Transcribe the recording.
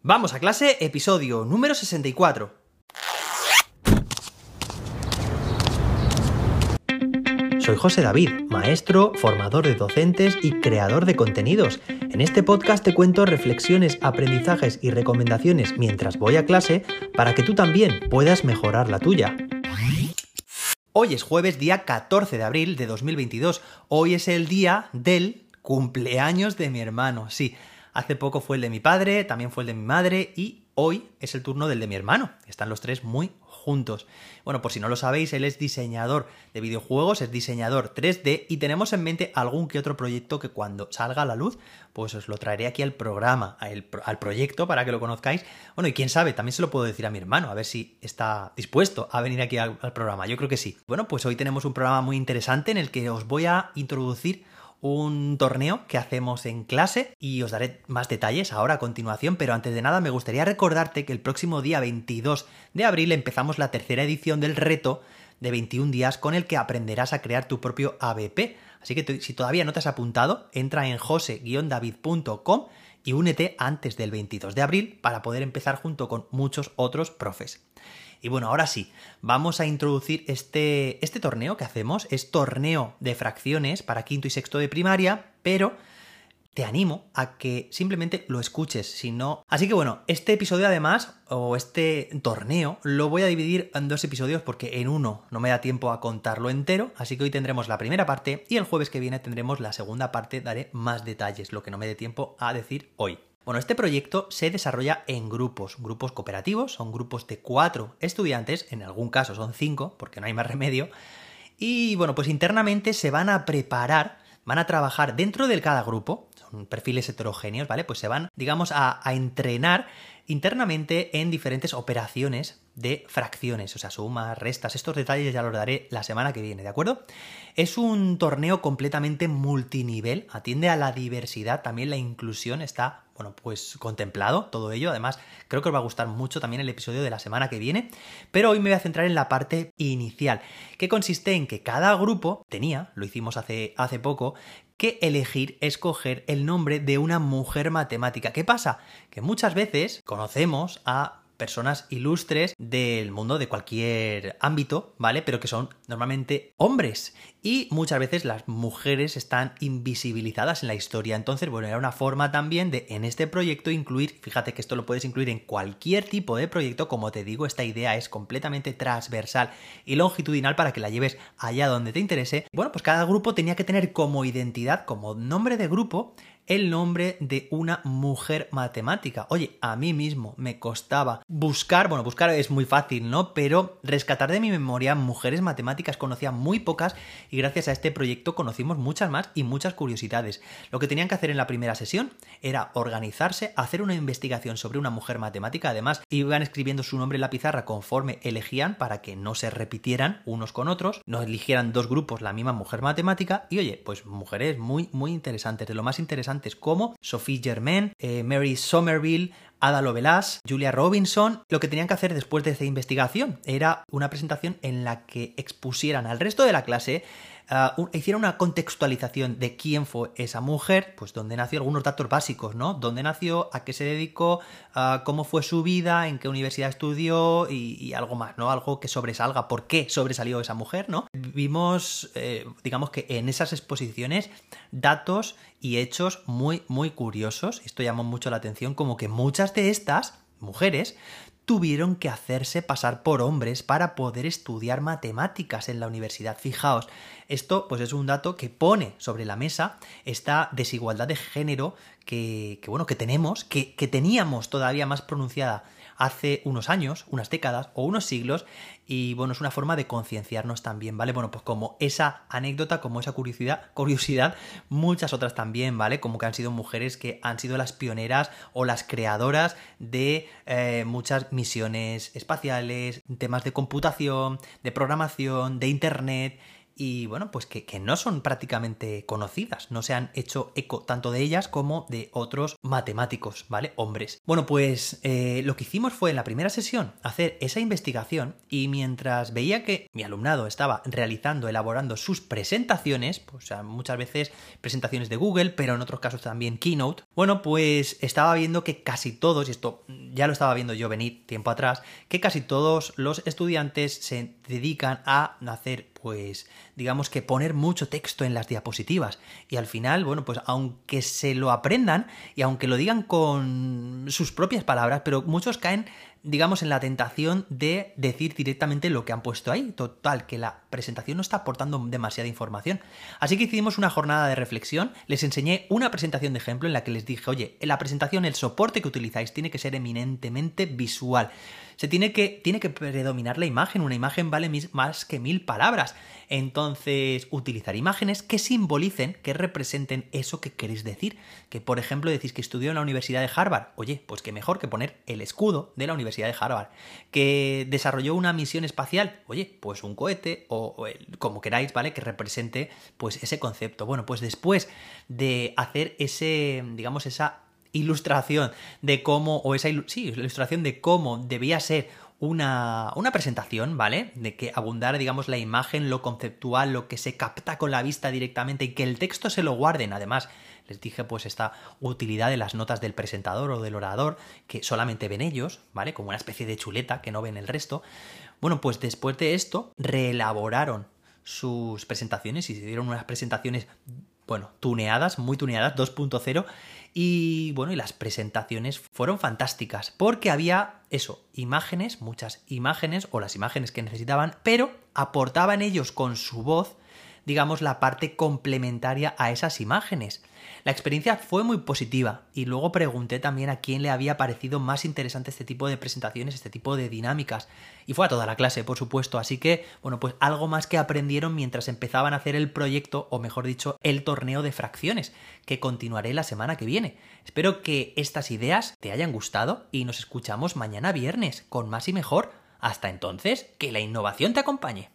Vamos a clase, episodio número 64. Soy José David, maestro, formador de docentes y creador de contenidos. En este podcast te cuento reflexiones, aprendizajes y recomendaciones mientras voy a clase para que tú también puedas mejorar la tuya. Hoy es jueves, día 14 de abril de 2022. Hoy es el día del cumpleaños de mi hermano. Sí, hace poco fue el de mi padre, también fue el de mi madre y hoy es el turno del de mi hermano. Están los tres muy juntos. Bueno, por si no lo sabéis, él es diseñador de videojuegos, es diseñador 3D y tenemos en mente algún que otro proyecto que cuando salga a la luz, pues os lo traeré aquí al programa, al proyecto para que lo conozcáis. Bueno, y quién sabe, también se lo puedo decir a mi hermano, a ver si está dispuesto a venir aquí al programa. Yo creo que sí. Bueno, pues hoy tenemos un programa muy interesante en el que os voy a introducir un torneo que hacemos en clase y os daré más detalles ahora a continuación, pero antes de nada me gustaría recordarte que el próximo día 22 de abril empezamos la tercera edición del reto de 21 días con el que aprenderás a crear tu propio AVP. Así que si todavía no te has apuntado, entra en jose-david.com y únete antes del 22 de abril para poder empezar junto con muchos otros profes. Y bueno, ahora sí, vamos a introducir este torneo que hacemos. Es torneo de fracciones para quinto y sexto de primaria, pero te animo a que simplemente lo escuches, si no... Así que bueno, este episodio además, o este torneo, lo voy a dividir en dos episodios porque en uno no me da tiempo a contarlo entero, así que hoy tendremos la primera parte y el jueves que viene tendremos la segunda parte, daré más detalles, lo que no me dé tiempo a decir hoy. Bueno, este proyecto se desarrolla en grupos cooperativos, son grupos de 4 estudiantes, en algún caso son 5, porque no hay más remedio, y bueno, pues internamente se van a preparar, van a trabajar dentro de cada grupo, son perfiles heterogéneos, ¿vale? Pues se van, digamos, a entrenar internamente en diferentes operaciones de fracciones, o sea, sumas, restas, estos detalles ya los daré la semana que viene, ¿de acuerdo? Es un torneo completamente multinivel, atiende a la diversidad, también la inclusión está, bueno, pues contemplado todo ello, además creo que os va a gustar mucho también el episodio de la semana que viene, pero hoy me voy a centrar en la parte inicial, que consiste en que cada grupo lo hicimos hace poco, que escoger el nombre de una mujer matemática. ¿Qué pasa? Que muchas veces conocemos a personas ilustres del mundo de cualquier ámbito, ¿vale? Pero que son normalmente hombres. Y muchas veces las mujeres están invisibilizadas en la historia. Entonces, bueno, era una forma también de, en este proyecto, incluir, fíjate que esto lo puedes incluir en cualquier tipo de proyecto, como te digo, esta idea es completamente transversal y longitudinal para que la lleves allá donde te interese. Bueno, pues cada grupo tenía que tener como identidad, como nombre de grupo, el nombre de una mujer matemática. Oye, a mí mismo me costaba buscar es muy fácil, ¿no? Pero rescatar de mi memoria mujeres matemáticas, conocía muy pocas y gracias a este proyecto conocimos muchas más y muchas curiosidades. Lo que tenían que hacer en la primera sesión era organizarse, hacer una investigación sobre una mujer matemática, además iban escribiendo su nombre en la pizarra conforme elegían para que no se repitieran unos con otros, no eligieran dos grupos la misma mujer matemática y oye, pues mujeres muy, muy interesantes, de lo más interesantes como Sophie Germain, Mary Somerville, Ada Lovelace, Julia Robinson. Lo que tenían que hacer después de esta investigación era una presentación en la que expusieran al resto de la clase, hicieron una contextualización de quién fue esa mujer, pues dónde nació, algunos datos básicos, ¿no? Dónde nació, a qué se dedicó, cómo fue su vida, en qué universidad estudió y algo más, ¿no? Algo que sobresalga, por qué sobresalió esa mujer, ¿no? Vimos, digamos que en esas exposiciones, datos y hechos muy, muy curiosos. Esto llamó mucho la atención, como que muchas de estas mujeres tuvieron que hacerse pasar por hombres para poder estudiar matemáticas en la universidad. Fijaos, esto pues es un dato que pone sobre la mesa esta desigualdad de género que tenemos, que teníamos todavía más pronunciada hace unos años, unas décadas o unos siglos y bueno, es una forma de concienciarnos también, ¿vale? Bueno, pues como esa anécdota, como esa curiosidad, muchas otras también, ¿vale? Como que han sido mujeres que han sido las pioneras o las creadoras de muchas misiones espaciales, temas de computación, de programación, de internet y bueno, pues que no son prácticamente conocidas, no se han hecho eco tanto de ellas como de otros matemáticos, ¿vale? Hombres. Bueno, pues lo que hicimos fue en la primera sesión hacer esa investigación y mientras veía que mi alumnado estaba realizando, elaborando sus presentaciones, pues o sea, muchas veces presentaciones de Google, pero en otros casos también Keynote, bueno, pues estaba viendo que casi todos, y esto ya lo estaba viendo yo venir tiempo atrás, que casi todos los estudiantes se dedican a hacer, pues, digamos que poner mucho texto en las diapositivas. Y al final, bueno, pues aunque se lo aprendan y aunque lo digan con sus propias palabras, pero muchos caen, digamos, en la tentación de decir directamente lo que han puesto ahí. Total, que la presentación no está aportando demasiada información. Así que hicimos una jornada de reflexión, les enseñé una presentación de ejemplo en la que les dije, oye, en la presentación el soporte que utilizáis tiene que ser eminentemente visual. Tiene que predominar la imagen, una imagen vale más que 1000 palabras. Entonces, utilizar imágenes que simbolicen, que representen eso que queréis decir. Que, por ejemplo, decís que estudió en la Universidad de Harvard. Oye, pues qué mejor que poner el escudo de la Universidad de Harvard. Que desarrolló una misión espacial. Oye, pues un cohete o como queráis, ¿vale? Que represente pues ese concepto. Bueno, pues después de hacer esa ilustración de cómo, ilustración de cómo debía ser una presentación, ¿vale? De que abundara, digamos, la imagen, lo conceptual, lo que se capta con la vista directamente y que el texto se lo guarden. Además, les dije pues esta utilidad de las notas del presentador o del orador que solamente ven ellos, ¿vale? Como una especie de chuleta que no ven el resto. Bueno, pues después de esto reelaboraron sus presentaciones y se dieron unas presentaciones, bueno, tuneadas, muy tuneadas, 2.0, y bueno, y las presentaciones fueron fantásticas, porque había imágenes, muchas imágenes, o las imágenes que necesitaban, pero aportaban ellos con su voz, digamos, la parte complementaria a esas imágenes. La experiencia fue muy positiva y luego pregunté también a quién le había parecido más interesante este tipo de presentaciones, este tipo de dinámicas. Y fue a toda la clase, por supuesto. Así que, bueno, pues algo más que aprendieron mientras empezaban a hacer el proyecto, o mejor dicho, el torneo de fracciones, que continuaré la semana que viene. Espero que estas ideas te hayan gustado y nos escuchamos mañana viernes con más y mejor. Hasta entonces, que la innovación te acompañe.